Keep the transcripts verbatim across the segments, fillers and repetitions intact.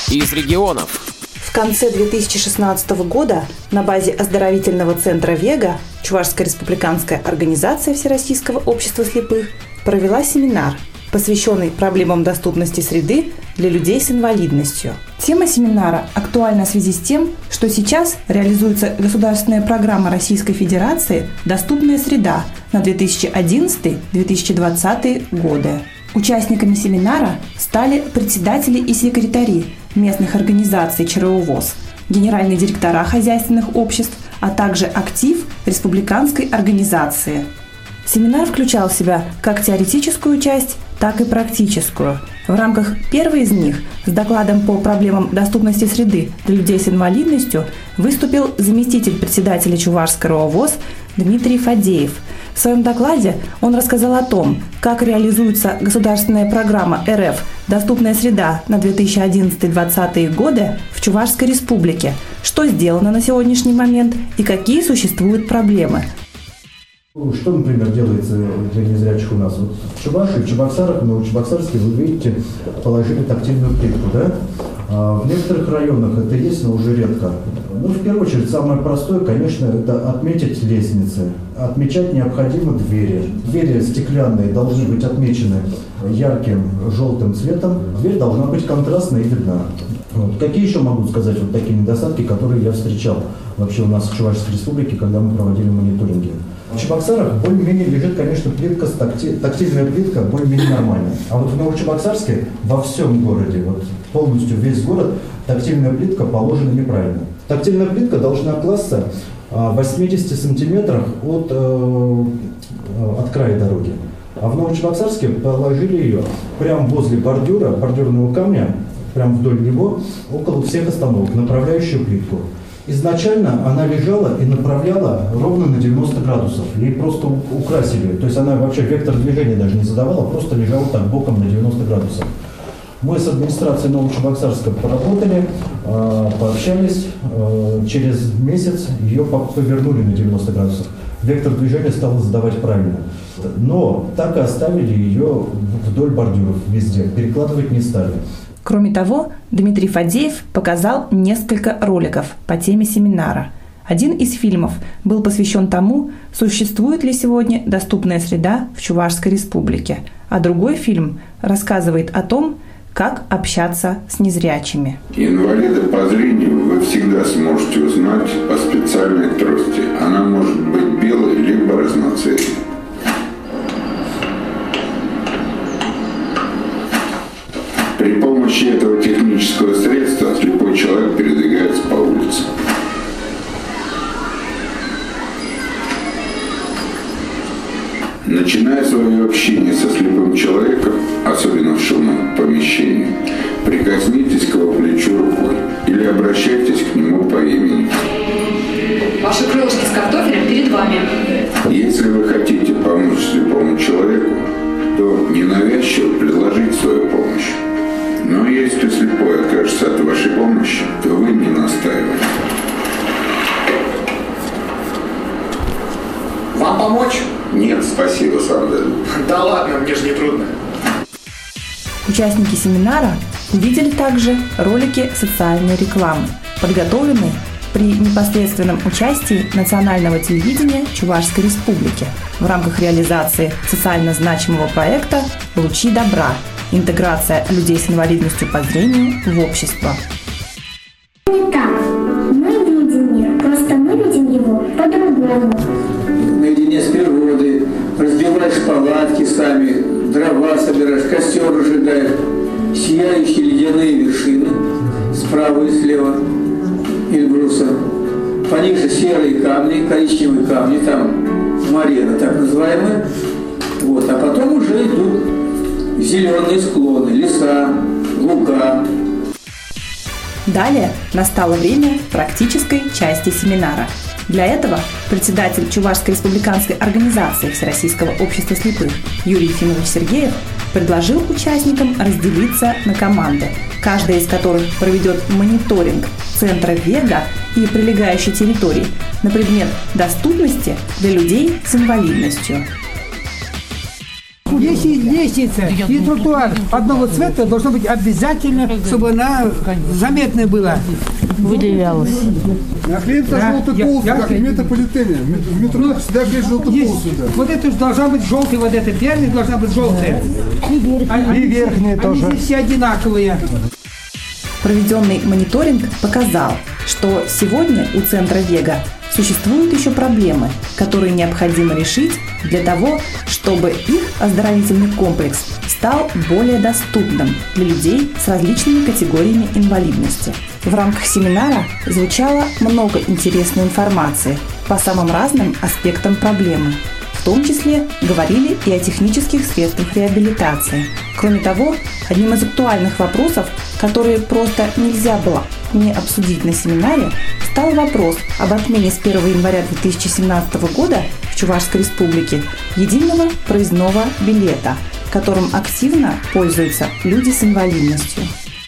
из регионов. В конце две тысячи шестнадцатого года на базе оздоровительного центра «Вега» Чувашская республиканская организация Всероссийского общества слепых провела семинар, посвященный проблемам доступности среды для людей с инвалидностью. Тема семинара актуальна в связи с тем, что сейчас реализуется государственная программа Российской Федерации «Доступная среда» на две тысячи одиннадцатый — две тысячи двадцатый годы. Участниками семинара стали председатели и секретари местных организаций ЧРО ВОС, генеральные директора хозяйственных обществ, а также актив республиканской организации. Семинар включал в себя как теоретическую часть, так и практическую. В рамках первой из них с докладом по проблемам доступности среды для людей с инвалидностью выступил заместитель председателя Чувашской РО ВОС Дмитрий Фадеев. В своем докладе он рассказал о том, как реализуется государственная программа эр эф «Доступная среда» на две тысячи одиннадцатый — две тысячи двадцатый годы в Чувашской республике, что сделано на сегодняшний момент и какие существуют проблемы. Что, например, делается для незрячих у нас? Вот в Чувашии, в Чебоксарах, в Новочебоксарске, вы видите, положили тактильную плитку, да? А в некоторых районах это есть, но уже редко. Ну, в первую очередь, самое простое, конечно, это отметить лестницы. Отмечать необходимо двери. Двери стеклянные должны быть отмечены ярким желтым цветом. Дверь должна быть контрастной и видна. Вот. Какие еще могу сказать вот такие недостатки, которые я встречал вообще у нас в Чувашской республике, когда мы проводили мониторинги? В Чебоксарах более-менее лежит, конечно, плитка, такти, тактильная плитка более-менее нормальная. А вот в Новочебоксарске во всем городе, вот полностью весь город, тактильная плитка положена неправильно. Тактильная плитка должна класться в восьмидесяти сантиметрах от, от края дороги. А в Новочебоксарске положили ее прямо возле бордюра, бордюрного камня, прямо вдоль него, около всех остановок, направляющую плитку. Изначально она лежала и направляла ровно на девяносто градусов. Ей просто украсили. То есть она вообще вектор движения даже не задавала, просто лежала так боком на девяносто градусов. Мы с администрацией Новочебоксарска поработали, пообщались. Через месяц ее повернули на девяносто градусов. Вектор движения стал задавать правильно. Но так и оставили ее вдоль бордюров везде. Перекладывать не стали. Кроме того, Дмитрий Фадеев показал несколько роликов по теме семинара. Один из фильмов был посвящен тому, существует ли сегодня доступная среда в Чувашской республике, а другой фильм рассказывает о том, как общаться с незрячими. Инвалида по зрению вы всегда сможете узнать по специальной трости. Она может быть белой либо разноцветной. При помощи этого технического средства слепой человек передвигается по улице. Начиная свое общение со слепым человеком, особенно в шумном помещении, прикоснитесь к его плечу рукой или обращайтесь к нему по имени. Ваши крылышки с картофелем перед вами. Если вы хотите помочь слепому человеку, то ненавязчиво предложить свою помощь. Но если слепой откажется от вашей помощи, то вы не настаиваете. Вам помочь? Нет, спасибо, сам даю. Да ладно, мне же не трудно. Участники семинара увидели также ролики социальной рекламы, подготовленные при непосредственном участии национального телевидения Чувашской республики в рамках реализации социально значимого проекта «Лучи добра. Интеграция людей с инвалидностью по зрению в общество». Не так. Мы видим мир, просто мы видим его по-другому. Наедине с природой, разбиваешь палатки сами, дрова собираешь, костер разжигаешь, сияющие ледяные вершины справа и слева Эльбруса. Пониже серые камни, коричневые камни, там марена так называемая. Вот. А потом уже идут зеленые склоны, леса, луга. Далее настало время практической части семинара. Для этого председатель Чувашской республиканской организации Всероссийского общества слепых Юрий Ефимович Сергеев предложил участникам разделиться на команды, каждая из которых проведет мониторинг центра «Вега» и прилегающей территории на предмет доступности для людей с инвалидностью. Если лестница и тротуар одного цвета, должно быть обязательно, чтобы она заметная была. Выделялась. Наклеится да. желтый полос, как в метрополитене. В метро ну, всегда есть желтый полос. Да. Вот это же должна быть желтая, вот эта первая должна быть желтая. И верхняя. И верхняя тоже. Они все одинаковые. Проведенный мониторинг показал, что сегодня у центра Вега существуют еще проблемы, которые необходимо решить для того, чтобы их оздоровительный комплекс стал более доступным для людей с различными категориями инвалидности. В рамках семинара звучало много интересной информации по самым разным аспектам проблемы. В том числе говорили и о технических средствах реабилитации. Кроме того, одним из актуальных вопросов, которые просто нельзя было не обсудить на семинаре, стал вопрос об отмене с первого января две тысячи семнадцатого года в Чувашской Республике единого проездного билета, которым активно пользуются люди с инвалидностью.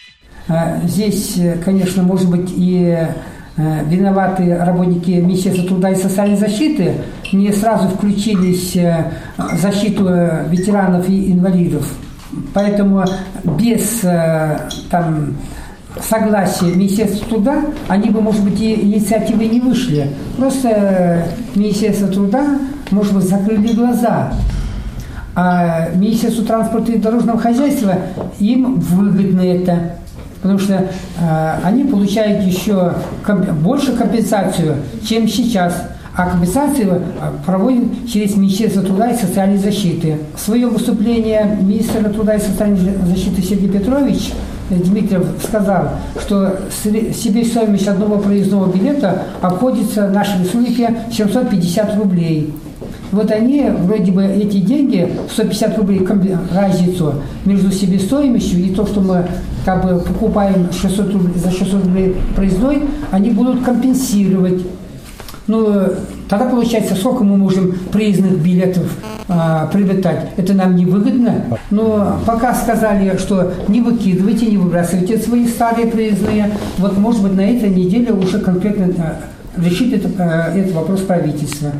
Здесь, конечно, может быть и виноваты работники Министерства труда и социальной защиты, не сразу включились в защиту ветеранов и инвалидов. Поэтому без там, согласия Министерства труда они бы, может быть, и инициативы не вышли. Просто Министерство труда, может быть, закрыли глаза. А Министерству транспорта и дорожного хозяйства им выгодно это. Потому что э, они получают еще комп- больше компенсацию, чем сейчас. А компенсацию проводят через Министерство труда и социальной защиты. В своем выступлении министр труда и социальной защиты Сергей Петрович Дмитриев сказал, что себестоимость одного проездного билета обходится в нашей республике семьсот пятьдесят рублей. Вот они, вроде бы, эти деньги, сто пятьдесят рублей, разницу между себестоимостью и то, что мы как бы покупаем шестьсот рублей, за шестьсот рублей проездной, они будут компенсировать. Ну, тогда получается, сколько мы можем проездных билетов а, приобретать? Это нам невыгодно. Но пока сказали, что не выкидывайте, не выбрасывайте свои старые проездные. Вот, может быть, на этой неделе уже конкретно а, решит это, а, этот вопрос правительства.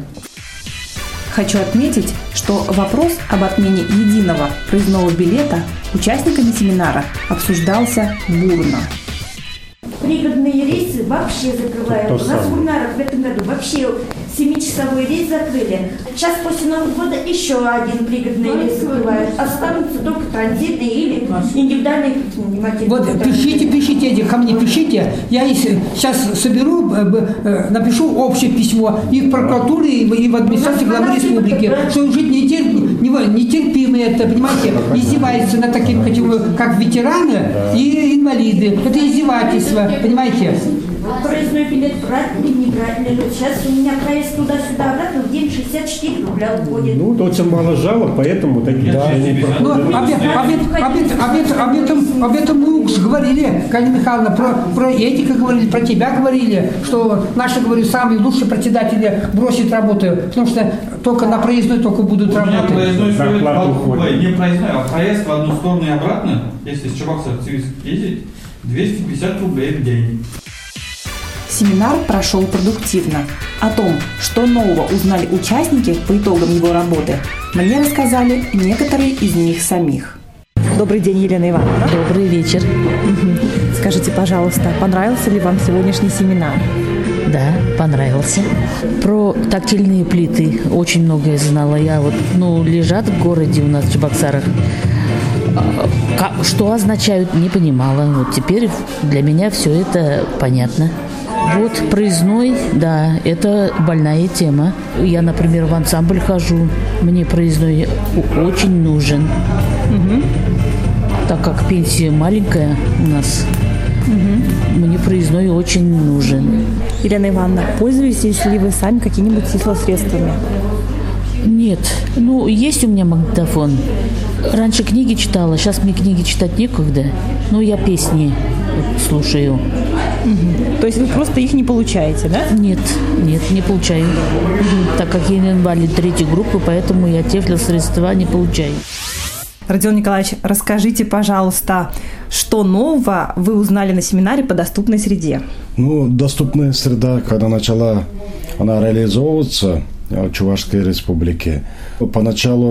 Хочу отметить, что вопрос об отмене единого проездного билета участниками семинара обсуждался бурно. Пригородные рейсы вообще закрывают. У нас в Гурнарах в этом году вообще семичасовой рейс закрыли. Сейчас после Нового года еще один пригородный рейс закрывают. Останутся только транзитные или индивидуальные предприниматели. Вот пишите, пишите, эти, ко мне пишите. Я сейчас соберу, напишу общее письмо и в прокуратуре, и в администрации главы республики, что уже нетерпимо это, понимаете, издевается над такими категориями, как ветераны и инвалиды. Это издевательство, понимаете? Проездной билет брать или не брать? Сейчас у меня проезд туда-сюда обратно в день шестьдесят четыре рубля уходит. Ну, то очень мало жалоб, поэтому такие да. решения ну, об, об, об, об, об, этом, об этом мы уж говорили, Галина Михайловна, про, про этика говорили, про тебя говорили, что наши, говорю, самые лучшие председатели бросят работу, потому что только на проездной только будут работать. Проездной стоит, не проездной, а проезд в одну сторону и обратно, если с Чебоксар в Цивильск ездить, двести пятьдесят рублей в день. Семинар прошел продуктивно. О том, что нового узнали участники по итогам его работы, мне рассказали некоторые из них самих. Добрый день, Елена Ивановна. Добрый вечер. Скажите, пожалуйста, понравился ли вам сегодняшний семинар? Да, понравился. Про тактильные плиты очень многое знала. Я вот, ну, лежат в городе у нас в Чебоксарах. Что означают, не понимала. Вот теперь для меня все это понятно. Вот проездной, да, это больная тема. Я, например, в ансамбль хожу, мне проездной очень нужен. Угу. Так как пенсия маленькая у нас, угу. мне проездной очень нужен. Елена Ивановна, пользуетесь ли вы сами какими-нибудь средствами? Нет, ну есть у меня магнитофон. Раньше книги читала, сейчас мне книги читать некогда. Ну, я песни слушаю. Угу. То есть вы просто их не получаете, да? Нет, нет, не получаю. Угу. Так как я инвалид третьей группы, поэтому я тифлосредства не получаю. Родион Николаевич, расскажите, пожалуйста, что нового вы узнали на семинаре по доступной среде? Ну, доступная среда, когда начала она реализовываться в Чувашской Республике, поначалу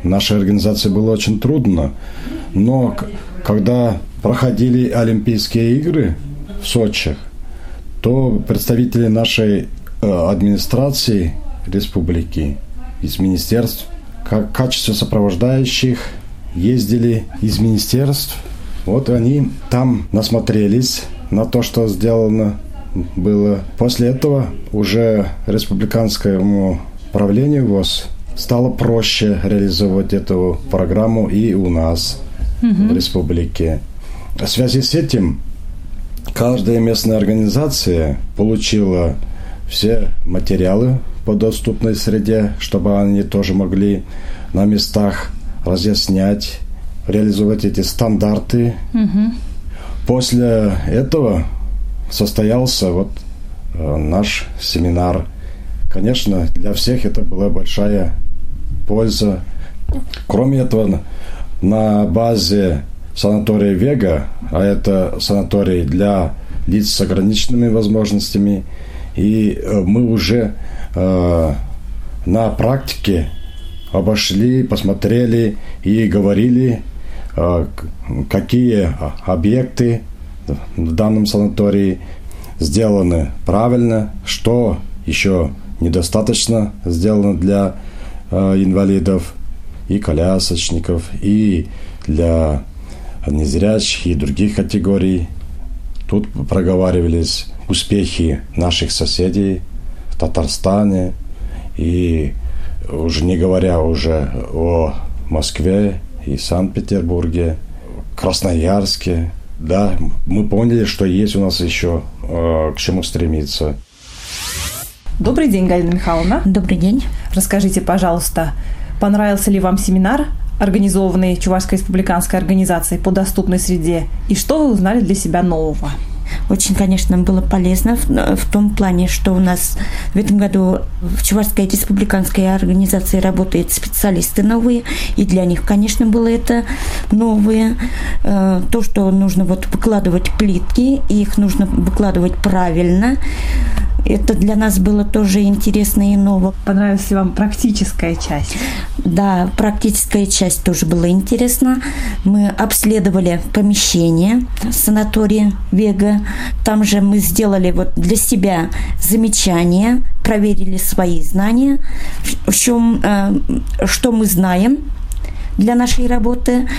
нашей организации было очень трудно. Но когда проходили Олимпийские игры в Сочи, то представители нашей администрации республики, из министерств, как в качестве сопровождающих ездили из министерств. Вот они там насмотрелись на то, что сделано было. После этого уже республиканскому правлению ВОС стало проще реализовывать эту программу и у нас mm-hmm. в республике. В связи с этим каждая местная организация получила все материалы по доступной среде, чтобы они тоже могли на местах разъяснять, реализовать эти стандарты. Mm-hmm. После этого состоялся вот э, наш семинар. Конечно, для всех это была большая польза. Кроме этого, на базе санатория «Вега», а это санаторий для лиц с ограниченными возможностями, и мы уже э, на практике обошли, посмотрели и говорили, э, какие объекты в данном санатории сделаны правильно, что еще недостаточно сделано для э, инвалидов и колясочников, и для незрячих и других категорий. Тут проговаривались успехи наших соседей в Татарстане, и уже не говоря уже о Москве и Санкт-Петербурге, Красноярске. Да, мы поняли, что есть у нас еще э, к чему стремиться. Добрый день, Галина Михайловна. Добрый день. Расскажите, пожалуйста, понравился ли вам семинар, организованный Чувашской республиканской организацией по доступной среде, и что вы узнали для себя нового? Очень, конечно, было полезно в, в том плане, что у нас в этом году в Чувашской республиканской организации работают специалисты новые, и для них, конечно, было это новое. То, что нужно вот выкладывать плитки, и их нужно выкладывать правильно. Это для нас было тоже интересно и ново. Понравилась ли вам практическая часть? Да, практическая часть тоже была интересна. Мы обследовали помещение санатория «Вега». Там же мы сделали вот для себя замечания, проверили свои знания, в чем, что мы знаем для нашей работы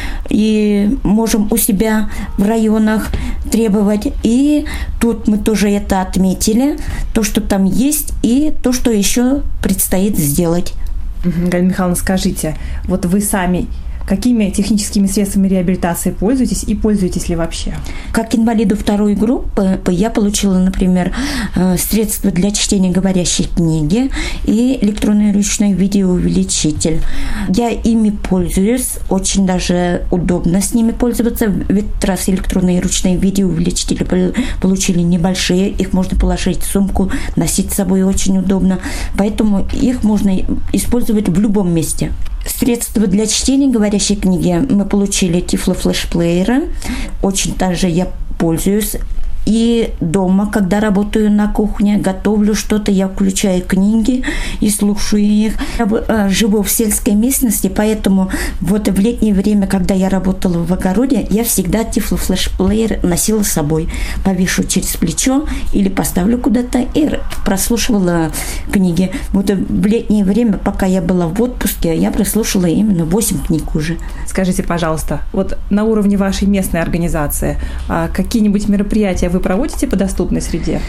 и можем у себя в районах требовать. И тут мы тоже это отметили, то, что там есть, и то, что еще предстоит сделать. Галина Михайловна, скажите, вот вы сами какими техническими средствами реабилитации пользуетесь и пользуетесь ли вообще? Как инвалиду второй группы я получила, например, средства для чтения говорящей книги и электронный ручной видеоувеличитель. Я ими пользуюсь, очень даже удобно с ними пользоваться. Ведь раз электронные ручные видеоувеличители получили небольшие, их можно положить в сумку, носить с собой очень удобно. Поэтому их можно использовать в любом месте. Средства для чтения говорящей книги мы получили тифлофлешплееры. Очень также я пользуюсь. И дома, когда работаю на кухне, готовлю что-то, я включаю книги и слушаю их. Я живу в сельской местности, поэтому вот в летнее время, когда я работала в огороде, я всегда тифлофлешплеер носила с собой. Повешу через плечо или поставлю куда-то и прослушивала книги. Вот в летнее время, пока я была в отпуске, я прослушала именно восемь книг уже. Скажите, пожалуйста, вот на уровне вашей местной организации какие-нибудь мероприятия вы проводите по доступной среде?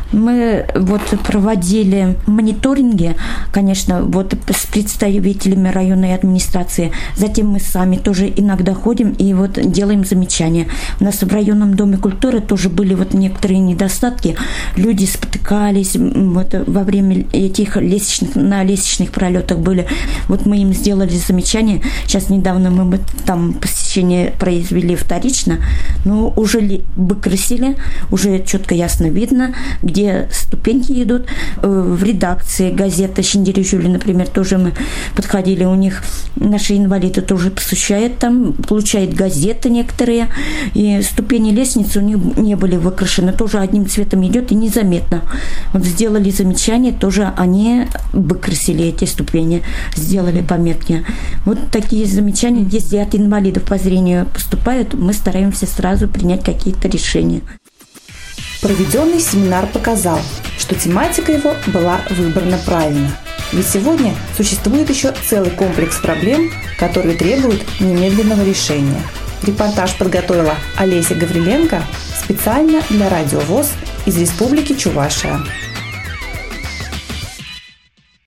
Мы вот проводили мониторинги, конечно, вот с представителями районной администрации. Затем мы сами тоже иногда ходим и вот делаем замечания. У нас в районном доме культуры тоже были вот некоторые недостатки. Люди спотыкались вот во время этих лестничных, на лестничных пролетах были. Вот мы им сделали замечания. Сейчас недавно мы там посещение произвели вторично, но уже выкрасили. уже четко ясно видно, где ступеньки идут. В редакции газеты «Шиндережули», например, тоже мы подходили, у них наши инвалиды тоже посещают там, получают газеты некоторые, и ступени лестницы у них не были выкрашены, тоже одним цветом идет и незаметно. Вот сделали замечание, тоже они выкрасили эти ступени, сделали пометки. Вот такие замечания, если от инвалидов по зрению поступают, мы стараемся сразу принять какие-то решения. Проведенный семинар показал, что тематика его была выбрана правильно. Ведь сегодня существует еще целый комплекс проблем, которые требуют немедленного решения. Репортаж подготовила Олеся Гавриленко специально для Радио ВОС из Республики Чувашия.